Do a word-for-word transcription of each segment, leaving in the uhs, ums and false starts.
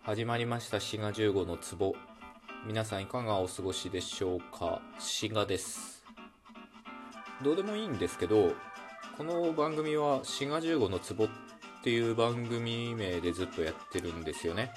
始まりました滋賀じゅうごの壺。皆さんいかがお過ごしでしょうか。滋賀です。どうでもいいんですけど、この番組は滋賀じゅうごの壺っていう番組名でずっとやってるんですよね。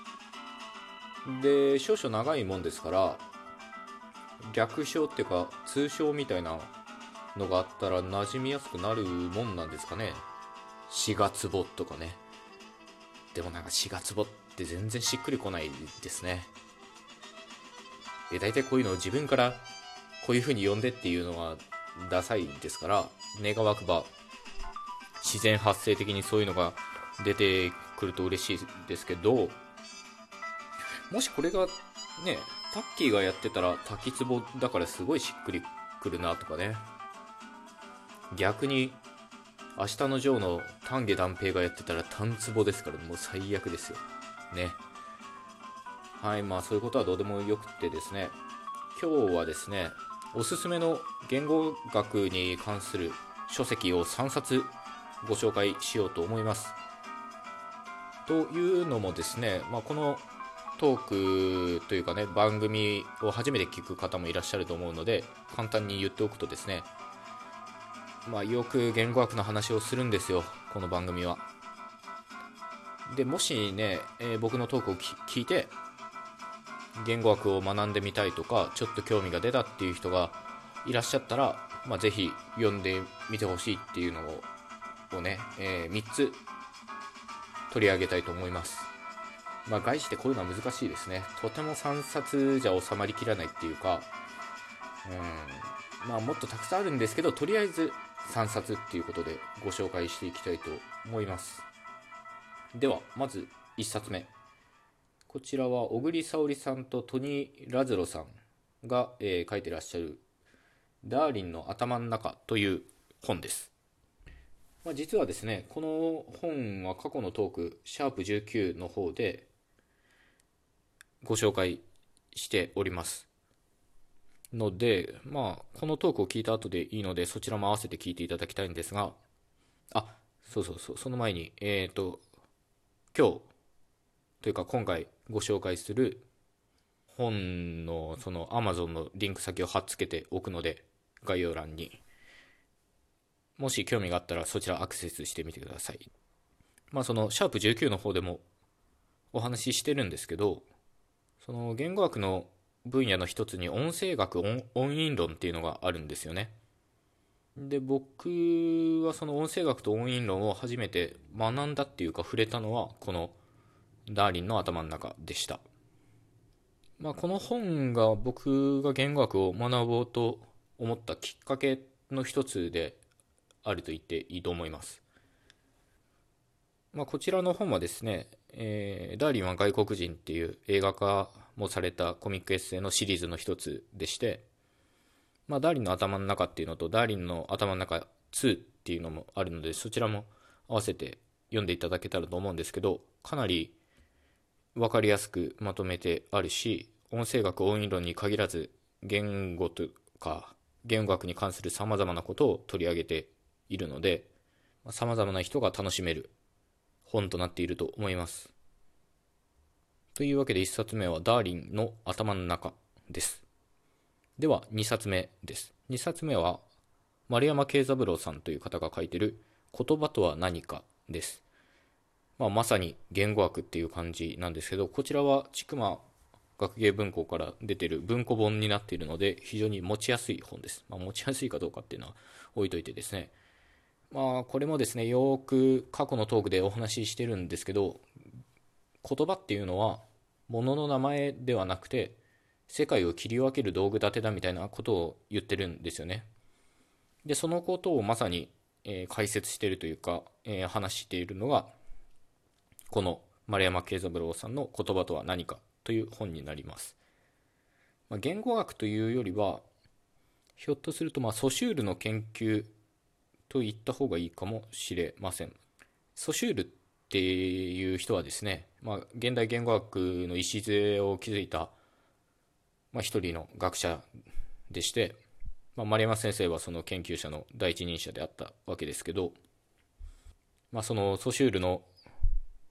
で、少々長いもんですから略称っていうか通称みたいなのがあったら馴染みやすくなるもんなんですかね。滋賀壺とかね。でもなんか滋賀壺って全然しっくりこないですね。で、大体こういうのを自分からこういう風に呼んでっていうのはダサいですから、願わくば自然発生的にそういうのが出てくると嬉しいですけど、もしこれがね、タッキーがやってたら滝壺だからすごいしっくりくるなとかね。逆に明日のジョーの丹下段平がやってたら丹壺ですから、もう最悪ですよね。はい、まあそういうことはどうでもよくてですね、今日はですね、おすすめの言語学に関する書籍をさんさつご紹介しようと思います。というのもですね、まあ、このトークというかね、番組を初めて聞く方もいらっしゃると思うので、簡単に言っておくとですね、まあ、よく言語学の話をするんですよ、この番組は。で、もしね、えー僕のトークを聞いて言語学を学んでみたいとか、ちょっと興味が出たっていう人がいらっしゃったら、まあ、ぜひ読んでみてほしいっていうのをね、えーみっつ取り上げたいと思います。まあ、概してこういうのは難しいですね。とてもさんさつじゃ収まりきらないっていうか、うん、まあもっとたくさんあるんですけど、とりあえずさんさつっていうことでご紹介していきたいと思います。ではまずいっさつめ、こちらは小栗沙織さんとトニー・ラズロさんが、えー書いてらっしゃるダーリンの頭の中という本です。まあ、実はですね、この本は過去のトークシャープじゅうきゅうの方でご紹介しておりますので、まあこのトークを聞いた後でいいので、そちらも合わせて聞いていただきたいんですが、あ、そうそうそう、その前に、えっと今日というか今回ご紹介する本のその Amazon のリンク先を貼っつけておくので、概要欄にもし興味があったらそちらアクセスしてみてください。まあそのシャープじゅうきゅうの方でもお話ししてるんですけど、その言語学の分野の一つに音声学音音韻論っていうのがあるんですよね。で、僕はその音声学と音韻論を初めて学んだっていうか触れたのはこのダーリンの頭の中でした。まあ、この本が僕が言語学を学ぼうと思ったきっかけの一つであると言っていいと思います。まあ、こちらの本はですね、えーダーリンは外国人っていう映画化もされたコミックエッセイのシリーズの一つでして、まあ、ダーリンの頭の中っていうのとダーリンの頭の中にっていうのもあるので、そちらも合わせて読んでいただけたらと思うんですけど、かなり分かりやすくまとめてあるし、音声学音韻論に限らず言語とか言語学に関するさまざまなことを取り上げているので、さまざまな人が楽しめる本となっていると思います。というわけでいっさつめはダーリンの頭の中です。ではにさつめです。にさつめは丸山慶三郎さんという方が書いている言葉とは何かです。まあ、まさに言語学っていう感じなんですけど、こちらは千曲学芸文庫から出てる文庫本になっているので非常に持ちやすい本です。まあ、持ちやすいかどうかっていうのは置いといてですね、まあこれもですね、よく過去のトークでお話ししてるんですけど、言葉っていうのは物の名前ではなくて世界を切り分ける道具立てだみたいなことを言ってるんですよね。でそのことをまさに、えー解説しているというか、えー話しているのがこの丸山慶三郎さんの言葉とは何かという本になります。まあ、言語学というよりはひょっとするとまあソシュールの研究と言った方がいいかもしれません。ソシュールっていう人はですね、まあ、現代言語学の礎を築いた、まあ、一人の学者でして、まあ、丸山先生はその研究者の第一人者であったわけですけど、まあ、そのソシュールの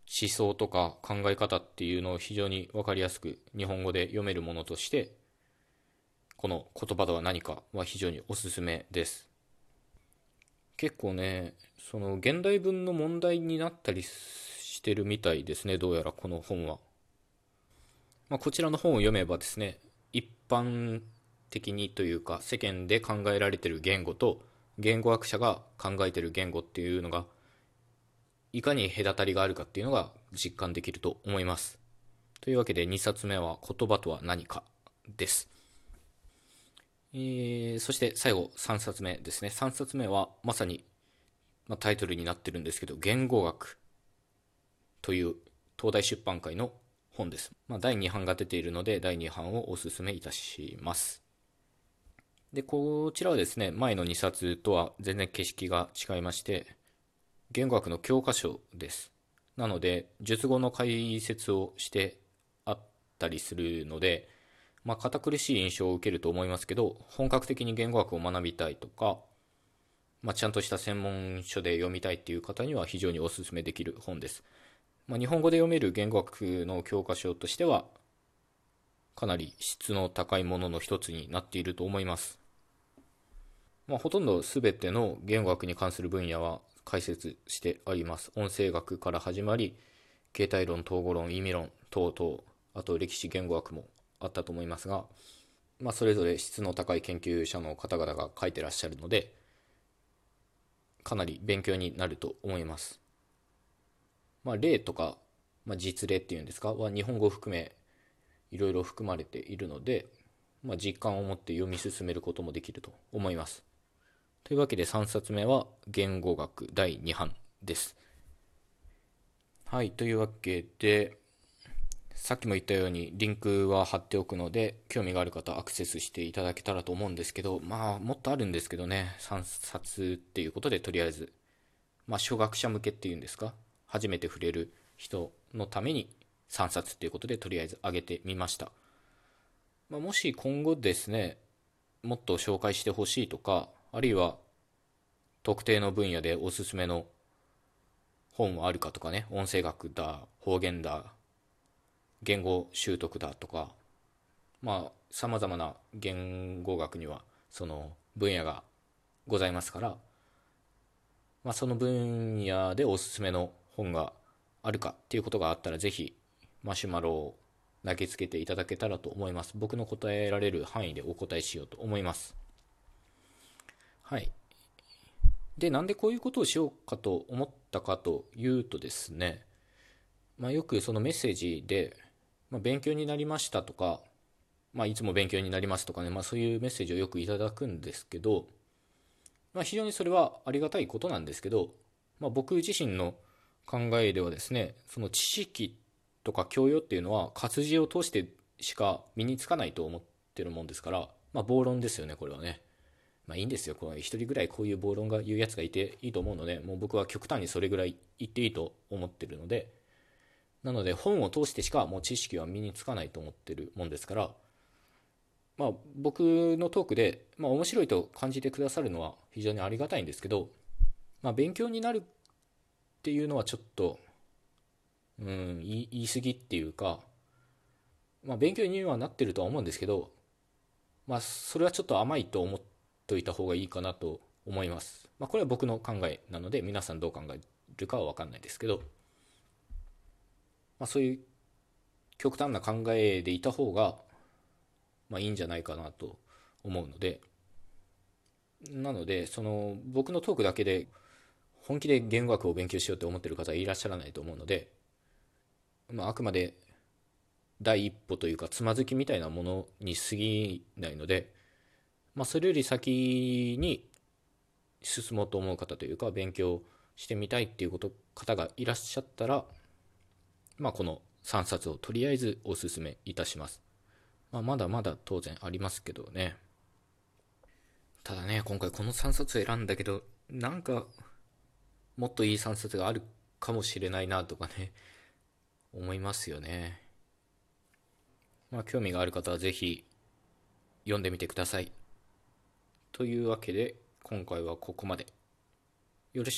思想とか考え方っていうのを非常に分かりやすく日本語で読めるものとして、この言葉とは何かは非常におすすめです。結構ね、その現代文の問題になったりしてるみたいですね、どうやらこの本は。まあ、こちらの本を読めばですね、一般的にというか世間で考えられている言語と言語学者が考えている言語っていうのがいかに隔たりがあるかっていうのが実感できると思います。というわけでにさつめは言葉とは何かです。えー、そして最後さんさつめですね。さんさつめはまさに、まあ、タイトルになってるんですけど、言語学という東大出版会の本です。まあ、だいに版が出ているのでだいに版をおすすめいたします。で、こちらはですね、前のにさつとは全然景色が違いまして、言語学の教科書です。なので、述語の解説をしてあったりするので、まあ、堅苦しい印象を受けると思いますけど、本格的に言語学を学びたいとか、まあ、ちゃんとした専門書で読みたいっていう方には非常にお勧めできる本です。まあ、日本語で読める言語学の教科書としては、かなり質の高いものの一つになっていると思います。まあ、ほとんど全ての言語学に関する分野は解説してあります。音声学から始まり、形態論、統合論、意味論等々、あと歴史言語学もあったと思いますが、まあ、それぞれ質の高い研究者の方々が書いてらっしゃるので、かなり勉強になると思います。まあ、例とか、まあ、実例っていうんですかは日本語を含めいろいろ含まれているので、まあ、実感を持って読み進めることもできると思います。というわけでさんさつめは言語学だいに版です。はい、というわけで、さっきも言ったようにリンクは貼っておくので、興味がある方はアクセスしていただけたらと思うんですけど、まあもっとあるんですけどね、さんさつっていうことでとりあえず、まあ初学者向けっていうんですか、初めて触れる人のためにさんさつっていうことでとりあえず上げてみました。まあ、もし今後ですね、もっと紹介してほしいとか、あるいは特定の分野でおすすめの本はあるかとかね、音声学だ、方言だ、言語習得だとか、まあ様々な言語学にはその分野がございますから、まあ、その分野でおすすめの本があるかっていうことがあったら、ぜひマシュマロを投げつけていただけたらと思います。僕の答えられる範囲でお答えしようと思います。はい。で、なんでこういうことをしようかと思ったかというとですね、まあ、よくそのメッセージで、まあ、勉強になりましたとか、まあ、いつも勉強になりますとかね、まあ、そういうメッセージをよくいただくんですけど、まあ、非常にそれはありがたいことなんですけど、まあ、僕自身の考えではですね、その知識とか教養っていうのは活字を通してしか身につかないと思ってるもんですから、まあ、暴論ですよね、これはね。まあいいんですよ、この一人ぐらいこういう暴論が言うやつがいていいと思うので、もう僕は極端にそれぐらい言っていいと思ってるので、なので本を通してしかもう知識は身につかないと思ってるもんですから、まあ僕のトークで、まあ、面白いと感じてくださるのは非常にありがたいんですけど、まあ、勉強になるっていうのはちょっと、うん、言い過ぎっていうか、まあ、勉強にはなってるとは思うんですけど、まあ、それはちょっと甘いと思っといた方がいいかなと思います。まあ、これは僕の考えなので、皆さんどう考えるかは分かんないですけど、まあ、そういう極端な考えでいた方が、まあ、いいんじゃないかなと思うので、なので、その僕のトークだけで本気で言語学を勉強しようと思っている方はいらっしゃらないと思うので、まあ、あくまで第一歩というかつまずきみたいなものに過ぎないので、まあ、それより先に進もうと思う方というか、勉強してみたいっていうこと方がいらっしゃったら、まあ、このさんさつをとりあえずお勧めいたします。まあ、まだまだ当然ありますけどね。ただね、今回このさんさつ選んだけど、なんかもっといいさんさつがあるかもしれないなとかね、思いますよね。まあ、興味がある方はぜひ読んでみてください。というわけで、今回はここまで。よろしかっ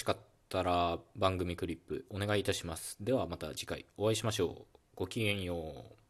たら番組クリップお願いいたします。ではまた次回お会いしましょう。ごきげんよう。